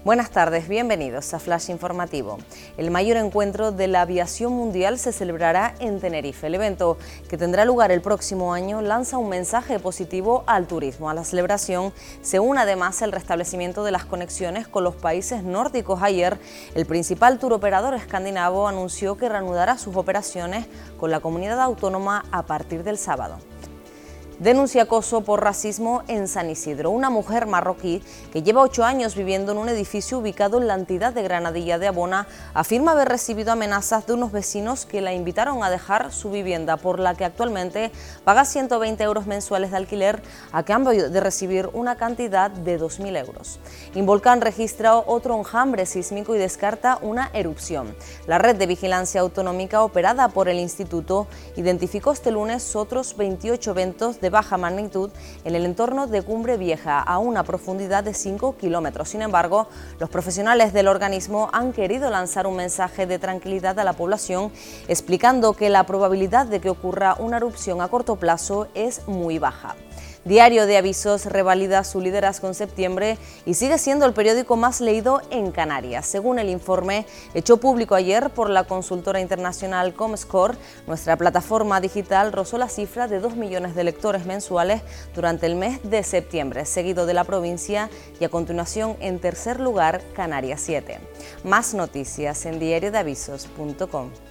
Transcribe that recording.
Buenas tardes, bienvenidos a Flash Informativo. El mayor encuentro de la aviación mundial se celebrará en Tenerife. El evento, que tendrá lugar el próximo año, lanza un mensaje positivo al turismo. A la celebración se une además el restablecimiento de las conexiones con los países nórdicos. Ayer, el principal turoperador escandinavo anunció que reanudará sus operaciones con la comunidad autónoma a partir del sábado. Denuncia acoso por racismo en San Isidro. Una mujer marroquí que lleva 8 años viviendo en un edificio ubicado en la entidad de Granadilla de Abona afirma haber recibido amenazas de unos vecinos que la invitaron a dejar su vivienda, por la que actualmente paga 120 euros mensuales de alquiler a cambio de recibir una cantidad de 2.000 euros. Involcán registra otro enjambre sísmico y descarta una erupción. La red de vigilancia autonómica operada por el Instituto identificó este lunes otros 28 eventos de baja magnitud en el entorno de Cumbre Vieja, a una profundidad de 5 kilómetros. Sin embargo, los profesionales del organismo han querido lanzar un mensaje de tranquilidad a la población, explicando que la probabilidad de que ocurra una erupción a corto plazo es muy baja. Diario de Avisos revalida su liderazgo en septiembre y sigue siendo el periódico más leído en Canarias. Según el informe hecho público ayer por la consultora internacional Comscore, nuestra plataforma digital rozó la cifra de 2 millones de lectores mensuales durante el mes de septiembre, seguido de la provincia y a continuación en tercer lugar Canarias 7. Más noticias en diariodeavisos.com.